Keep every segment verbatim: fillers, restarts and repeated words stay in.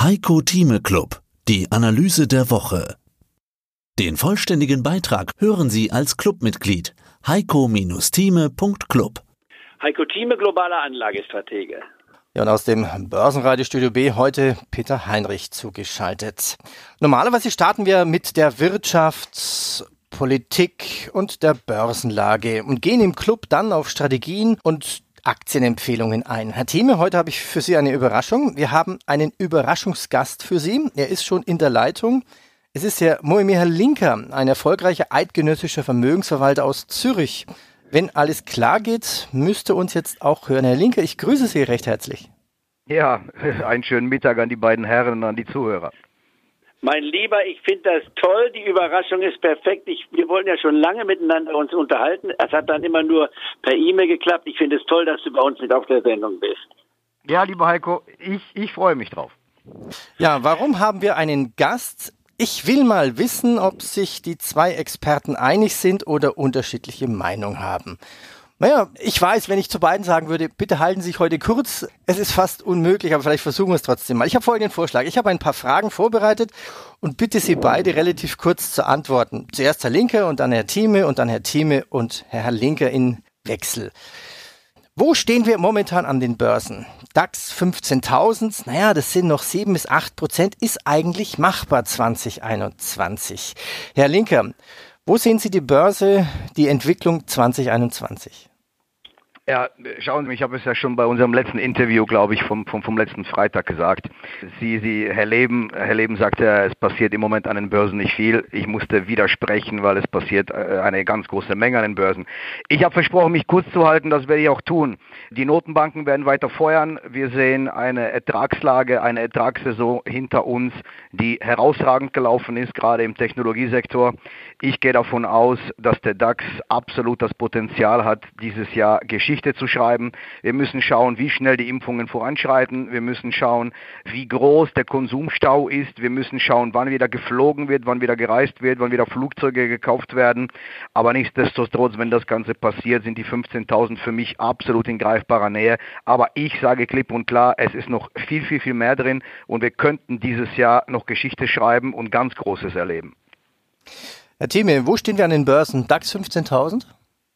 Heiko Thieme Club, die Analyse der Woche. Den vollständigen Beitrag hören Sie als Clubmitglied heiko Thieme Punkt club. Heiko Thieme, globaler Anlagestratege. Ja, und aus dem Börsenradiostudio B heute Peter Heinrich zugeschaltet. Normalerweise starten wir mit der Wirtschaft, Politik und der Börsenlage und gehen im Club dann auf Strategien und Aktienempfehlungen ein. Herr Thieme, heute habe ich für Sie eine Überraschung. Wir haben einen Überraschungsgast für Sie. Er ist schon in der Leitung. Es ist Herr Moimir Linker, ein erfolgreicher eidgenössischer Vermögensverwalter aus Zürich. Wenn alles klar geht, müsste uns jetzt auch hören. Herr Linker, ich grüße Sie recht herzlich. Ja, einen schönen Mittag an die beiden Herren und an die Zuhörer. Mein Lieber, ich finde das toll, die Überraschung ist perfekt. Ich, wir wollten ja schon lange miteinander uns unterhalten. Es hat dann immer nur per E-Mail geklappt. Ich finde es toll, dass du bei uns mit auf der Sendung bist. Ja, lieber Heiko, ich, ich freue mich drauf. Ja, warum haben wir einen Gast? Ich will mal wissen, ob sich die zwei Experten einig sind oder unterschiedliche Meinung haben. Naja, ich weiß, wenn ich zu beiden sagen würde, bitte halten Sie sich heute kurz, es ist fast unmöglich, aber vielleicht versuchen wir es trotzdem mal. Ich habe folgenden Vorschlag. Ich habe ein paar Fragen vorbereitet und bitte Sie beide relativ kurz zu antworten. Zuerst Herr Linker und dann Herr Thieme und dann Herr Thieme und Herr Linker in Wechsel. Wo stehen wir momentan an den Börsen? DAX fünfzehntausend, naja, das sind noch sieben bis acht Prozent, ist eigentlich machbar zwanzig einundzwanzig. Herr Linker, wo sehen Sie die Börse, die Entwicklung zwanzig einundzwanzig? Ja, schauen Sie, ich habe es ja schon bei unserem letzten Interview, glaube ich, vom, vom, vom letzten Freitag gesagt. Sie, Sie, Herr Leben, Herr Leben sagte, es passiert im Moment an den Börsen nicht viel. Ich musste widersprechen, weil es passiert eine ganz große Menge an den Börsen. Ich habe versprochen, mich kurz zu halten, das werde ich auch tun. Die Notenbanken werden weiter feuern. Wir sehen eine Ertragslage, eine Ertragssaison hinter uns, die herausragend gelaufen ist, gerade im Technologiesektor. Ich gehe davon aus, dass der DAX absolut das Potenzial hat, dieses Jahr Geschichte zu schreiben. Wir müssen schauen, wie schnell die Impfungen voranschreiten. Wir müssen schauen, wie groß der Konsumstau ist. Wir müssen schauen, wann wieder geflogen wird, wann wieder gereist wird, wann wieder Flugzeuge gekauft werden. Aber nichtsdestotrotz, wenn das Ganze passiert, sind die fünfzehntausend für mich absolut in greifbarer Nähe. Aber ich sage klipp und klar, es ist noch viel, viel, viel mehr drin und wir könnten dieses Jahr noch Geschichte schreiben und ganz Großes erleben. Herr Thieme, wo stehen wir an den Börsen? DAX fünfzehntausend?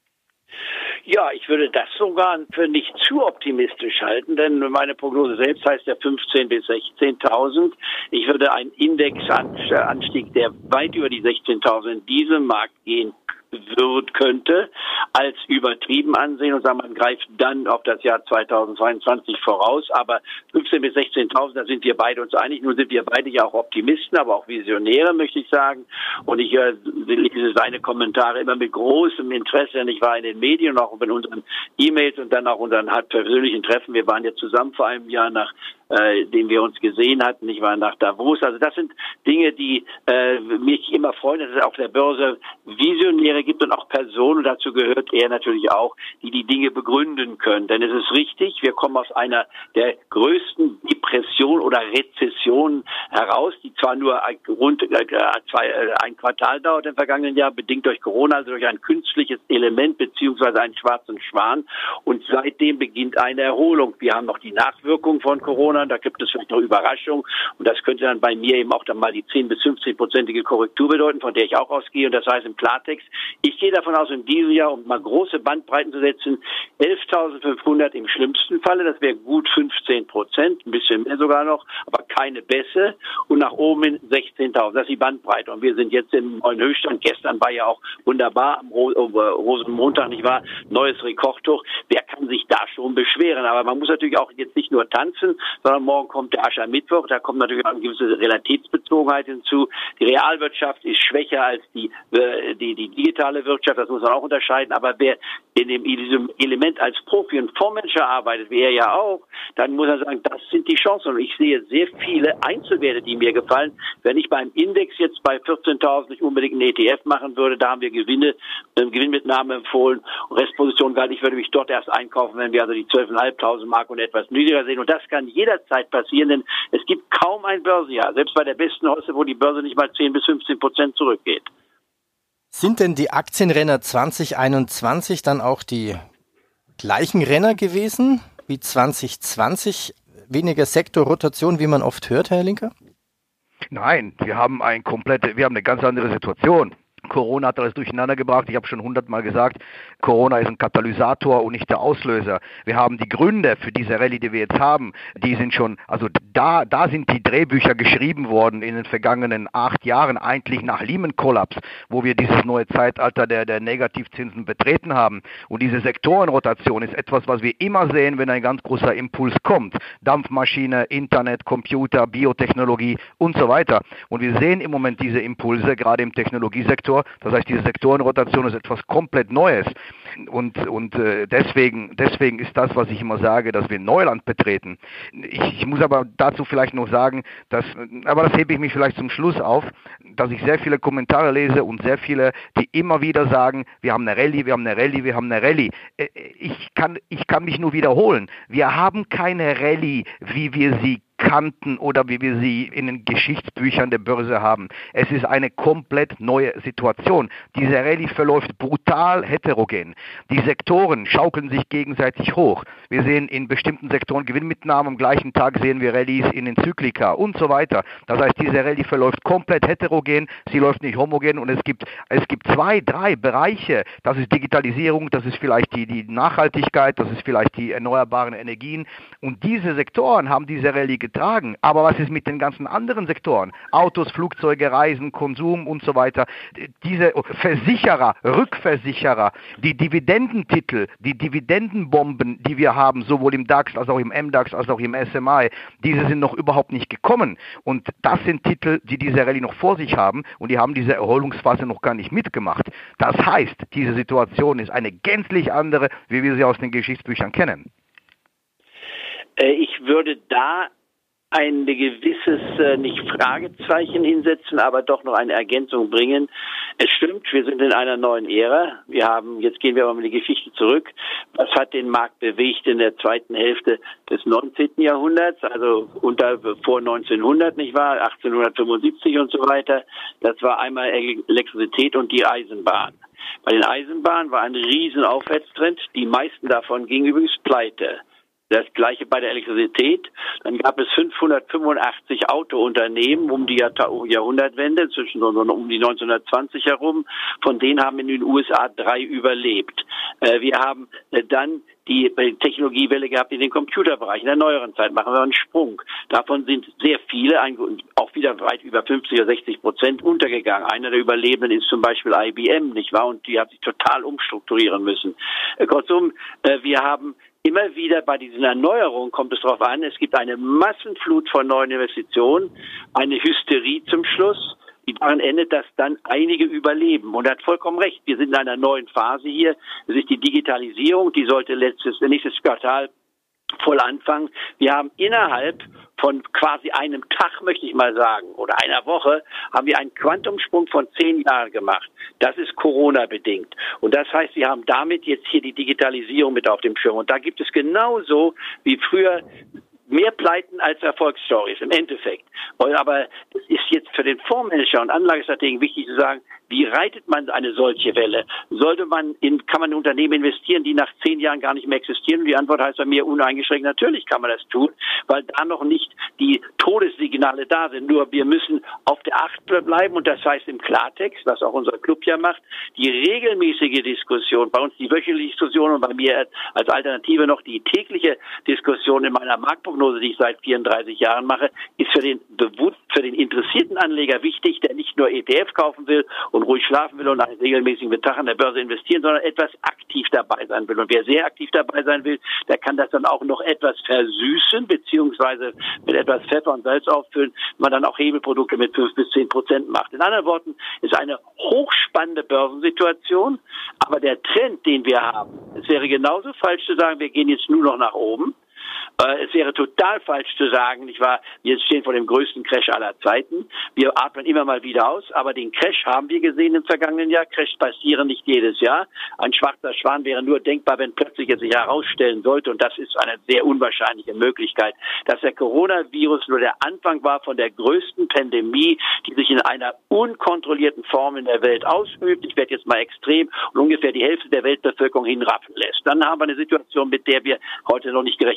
Ja, ich würde das sogar für nicht zu optimistisch halten, denn meine Prognose selbst heißt ja fünfzehntausend bis sechzehntausend. Ich würde einen Indexanstieg, der weit über die sechzehntausend in diesem Markt gehen wird, könnte, als übertrieben ansehen und sagen, man greift dann auf das Jahr zweitausendzweiundzwanzig voraus. Aber fünfzehntausend bis sechzehntausend, da sind wir beide uns einig. Nun sind wir beide ja auch Optimisten, aber auch Visionäre, möchte ich sagen. Und ich äh, lese seine Kommentare immer mit großem Interesse, denn ich war in den Medien und auch in unseren E-Mails und dann auch unseren halt persönlichen Treffen. Wir waren ja zusammen vor einem Jahr nach Äh, den wir uns gesehen hatten. Ich war nach Davos. Also das sind Dinge, die äh, mich immer freuen, dass es auf der Börse Visionäre gibt und auch Personen, dazu gehört er natürlich auch, die die Dinge begründen können. Denn es ist richtig, wir kommen aus einer der größten Depressionen oder Rezessionen heraus, die zwar nur ein, rund äh, zwei, äh, ein Quartal dauert im vergangenen Jahr, bedingt durch Corona, also durch ein künstliches Element beziehungsweise einen schwarzen Schwan. Und seitdem beginnt eine Erholung. Wir haben noch die Nachwirkungen von Corona. Da gibt es vielleicht noch Überraschungen und das könnte dann bei mir eben auch dann mal die zehn bis fünfzehn-prozentige Korrektur bedeuten, von der ich auch ausgehe. Und das heißt im Klartext, ich gehe davon aus, in diesem Jahr, um mal große Bandbreiten zu setzen, elftausendfünfhundert im schlimmsten Falle, das wäre gut fünfzehn Prozent, ein bisschen mehr sogar noch, aber keine Bässe und nach oben in sechzehntausend, das ist die Bandbreite. Und wir sind jetzt im neuen Höchststand, gestern war ja auch wunderbar am Ro- Rosenmontag, nicht wahr, neues Rekordhoch. Wer kann sich da schon beschweren? Aber man muss natürlich auch jetzt nicht nur tanzen, sondern morgen kommt der Aschermittwoch, da kommt natürlich auch eine gewisse Relativitätsbezogenheit hinzu. Die Realwirtschaft ist schwächer als die, äh, die, die digitale Wirtschaft, das muss man auch unterscheiden. Aber wer in dem, in diesem Element als Profi und Fondsmanager arbeitet, wie er ja auch, dann muss er sagen, das sind die Chancen. Und ich sehe sehr viele Einzelwerte, die mir gefallen. Wenn ich beim Index jetzt bei vierzehntausend nicht unbedingt einen E T F machen würde, da haben wir Gewinne, äh, Gewinnmitnahme empfohlen und Restposition galt, ich würde mich dort erst einkaufen, wenn wir also die zwölftausendfünfhundert Mark und etwas niedriger sehen. Und das kann jederzeit passieren, denn es gibt kaum ein Börsenjahr, selbst bei der besten Heute, wo die Börse nicht mal zehn bis fünfzehn Prozent zurückgeht. Sind denn die Aktienrenner zwanzig einundzwanzig dann auch die gleichen Renner gewesen wie zwanzig zwanzig? weniger Sektorrotation, wie man oft hört, Herr Linker? Nein, wir haben ein komplette, wir haben eine ganz andere Situation. Corona hat alles durcheinander gebracht. Ich habe schon hundertmal gesagt, Corona ist ein Katalysator und nicht der Auslöser. Wir haben die Gründe für diese Rallye, die wir jetzt haben, die sind schon, also da, da sind die Drehbücher geschrieben worden in den vergangenen acht Jahren, eigentlich nach Lehman-Kollaps, wo wir dieses neue Zeitalter der, der Negativzinsen betreten haben. Und diese Sektorenrotation ist etwas, was wir immer sehen, wenn ein ganz großer Impuls kommt. Dampfmaschine, Internet, Computer, Biotechnologie und so weiter. Und wir sehen im Moment diese Impulse, gerade im Technologiesektor. Das heißt, diese Sektorenrotation ist etwas komplett Neues und, und äh, deswegen, deswegen ist das, was ich immer sage, dass wir Neuland betreten. Ich, ich muss aber dazu vielleicht noch sagen, dass, aber das hebe ich mich vielleicht zum Schluss auf, dass ich sehr viele Kommentare lese und sehr viele, die immer wieder sagen, wir haben eine Rallye, wir haben eine Rallye, wir haben eine Rallye. Ich kann, ich kann mich nur wiederholen. Wir haben keine Rallye, wie wir sie kannten oder wie wir sie in den Geschichtsbüchern der Börse haben. Es ist eine komplett neue Situation. Diese Rallye verläuft brutal heterogen. Die Sektoren schaukeln sich gegenseitig hoch. Wir sehen in bestimmten Sektoren Gewinnmitnahmen, am gleichen Tag sehen wir Rallyes in den Zyklika und so weiter. Das heißt, diese Rallye verläuft komplett heterogen, sie läuft nicht homogen und es gibt, es gibt zwei, drei Bereiche. Das ist Digitalisierung, das ist vielleicht die, die Nachhaltigkeit, das ist vielleicht die erneuerbaren Energien und diese Sektoren haben diese Rallye getragen. Aber was ist mit den ganzen anderen Sektoren? Autos, Flugzeuge, Reisen, Konsum und so weiter. Diese Versicherer, Rückversicherer, die Dividendentitel, die Dividendenbomben, die wir haben, sowohl im DAX als auch im M DAX als auch im S M I, diese sind noch überhaupt nicht gekommen. Und das sind Titel, die diese Rallye noch vor sich haben und die haben diese Erholungsphase noch gar nicht mitgemacht. Das heißt, diese Situation ist eine gänzlich andere, wie wir sie aus den Geschichtsbüchern kennen. Ich würde da ein gewisses, äh, nicht Fragezeichen hinsetzen, aber doch noch eine Ergänzung bringen. Es stimmt, wir sind in einer neuen Ära. Wir haben, jetzt gehen wir aber mal in die Geschichte zurück. Was hat den Markt bewegt in der zweiten Hälfte des neunzehnten Jahrhunderts, also unter, vor neunzehnhundert, nicht wahr? achtzehnhundertfünfundsiebzig und so weiter. Das war einmal Elektrizität und die Eisenbahn. Bei den Eisenbahnen war ein riesen Aufwärtstrend. Die meisten davon gingen übrigens pleite. Das gleiche bei der Elektrizität. Dann gab es fünfhundertfünfundachtzig Autounternehmen um die Jahrta- Jahrhundertwende, zwischen um die neunzehnhundertzwanzig herum. Von denen haben in den U S A drei überlebt. Äh, wir haben äh, dann die Technologiewelle gehabt in den Computerbereich. In der neueren Zeit machen wir einen Sprung. Davon sind sehr viele, auch wieder weit über fünfzig oder sechzig Prozent untergegangen. Einer der Überlebenden ist zum Beispiel I B M, nicht wahr? Und die hat sich total umstrukturieren müssen. Äh, kurzum, äh, wir haben immer wieder bei diesen Erneuerungen kommt es darauf an, es gibt eine Massenflut von neuen Investitionen, eine Hysterie zum Schluss, die daran endet, dass dann einige überleben. Und er hat vollkommen recht, wir sind in einer neuen Phase hier. Es ist die Digitalisierung, die sollte letztes, nächstes Quartal voll anfangen. Wir haben innerhalb von quasi einem Tag, möchte ich mal sagen, oder einer Woche, haben wir einen Quantumsprung von zehn Jahren gemacht. Das ist Corona-bedingt. Und das heißt, wir haben damit jetzt hier die Digitalisierung mit auf dem Schirm. Und da gibt es genauso wie früher mehr Pleiten als Erfolgsstories im Endeffekt. Aber es ist jetzt für den Fondsmanager und Anlagestrategen wichtig zu sagen, wie reitet man eine solche Welle? Sollte man in, kann man in Unternehmen investieren, die nach zehn Jahren gar nicht mehr existieren? Und die Antwort heißt bei mir uneingeschränkt, natürlich kann man das tun, weil da noch nicht die Todessignale da sind. Nur wir müssen auf der Acht bleiben und das heißt im Klartext, was auch unser Club ja macht, die regelmäßige Diskussion, bei uns die wöchentliche Diskussion und bei mir als Alternative noch die tägliche Diskussion in meiner Marktprognose, die ich seit vierunddreißig Jahren mache, ist für den bewusst, für den interessierten Anleger wichtig, der nicht nur E T F kaufen will und ruhig schlafen will und einen regelmäßigen Betrag an der Börse investieren, sondern etwas aktiv dabei sein will. Und wer sehr aktiv dabei sein will, der kann das dann auch noch etwas versüßen, beziehungsweise mit etwas Pfeffer und Salz auffüllen, man dann auch Hebelprodukte mit fünf bis zehn Prozent macht. In anderen Worten, ist eine hochspannende Börsensituation, aber der Trend, den wir haben, es wäre genauso falsch zu sagen, wir gehen jetzt nur noch nach oben. Es wäre total falsch zu sagen, nicht wahr, wir stehen vor dem größten Crash aller Zeiten. Wir atmen immer mal wieder aus, aber den Crash haben wir gesehen im vergangenen Jahr. Crash passieren nicht jedes Jahr. Ein schwarzer Schwan wäre nur denkbar, wenn plötzlich jetzt sich herausstellen sollte, und das ist eine sehr unwahrscheinliche Möglichkeit, dass der Coronavirus nur der Anfang war von der größten Pandemie, die sich in einer unkontrollierten Form in der Welt ausübt. Ich werde jetzt mal extrem und ungefähr die Hälfte der Weltbevölkerung hinraffen lässt. Dann haben wir eine Situation, mit der wir heute noch nicht gerechnet haben.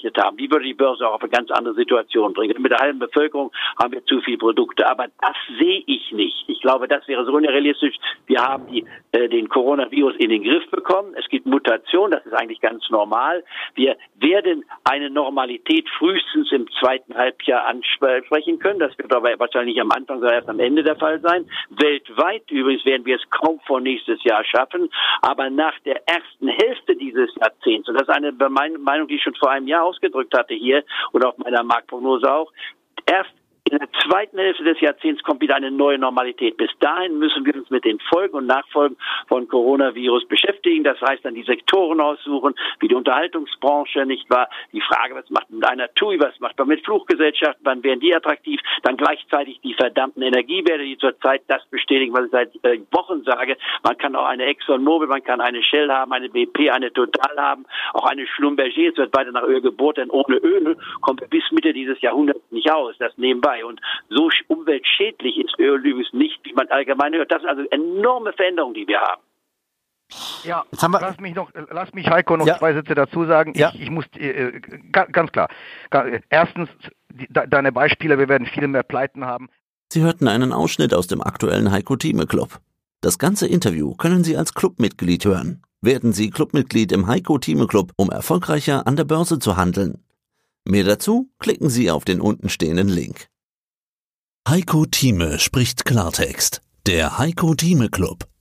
die würde die Börse auch auf eine ganz andere Situation bringen. Mit der halben Bevölkerung haben wir zu viele Produkte, aber das sehe ich nicht. Ich glaube, das wäre so unrealistisch. Wir haben die, äh, den Coronavirus in den Griff bekommen. Es gibt Mutationen, das ist eigentlich ganz normal. Wir werden eine Normalität frühestens im zweiten Halbjahr ansprechen können. Das wird aber wahrscheinlich nicht am Anfang, sondern erst am Ende der Fall sein. Weltweit übrigens werden wir es kaum vor nächstes Jahr schaffen. Aber nach der ersten Hälfte dieses Jahrzehnts, und das ist eine Meinung, die ich schon vor einem Jahr ausgedrückt hatte hier und auf meiner Marktprognose auch, erst in der zweiten Hälfte des Jahrzehnts kommt wieder eine neue Normalität. Bis dahin müssen wir uns mit den Folgen und Nachfolgen von Coronavirus beschäftigen. Das heißt, dann die Sektoren aussuchen, wie die Unterhaltungsbranche, nicht wahr? Die Frage, was macht man mit einer T U I, was macht man mit Fluggesellschaften, wann werden die attraktiv? Dann gleichzeitig die verdammten Energiewerte, die zurzeit das bestätigen, was ich seit äh, Wochen sage. Man kann auch eine ExxonMobil, man kann eine Shell haben, eine B P, eine Total haben, auch eine Schlumberger. Es wird weiter nach Öl gebohrt, denn ohne Öl kommt wir bis Mitte dieses Jahrhunderts nicht aus. Das nebenbei. Und so umweltschädlich ist Öl übrigens nicht, wie man allgemein hört. Das sind also enorme Veränderungen, die wir haben. Ja, lass mich noch, lass mich Heiko noch ja. zwei Sätze dazu sagen. Ja. Ich, ich muss äh, ganz klar. Erstens, die, deine Beispiele, wir werden viel mehr Pleiten haben. Sie hörten einen Ausschnitt aus dem aktuellen Heiko Thieme Club. Das ganze Interview können Sie als Clubmitglied hören. Werden Sie Clubmitglied im Heiko Thieme Club, um erfolgreicher an der Börse zu handeln. Mehr dazu klicken Sie auf den untenstehenden Link. Heiko Thieme spricht Klartext. Der Heiko Thieme Club.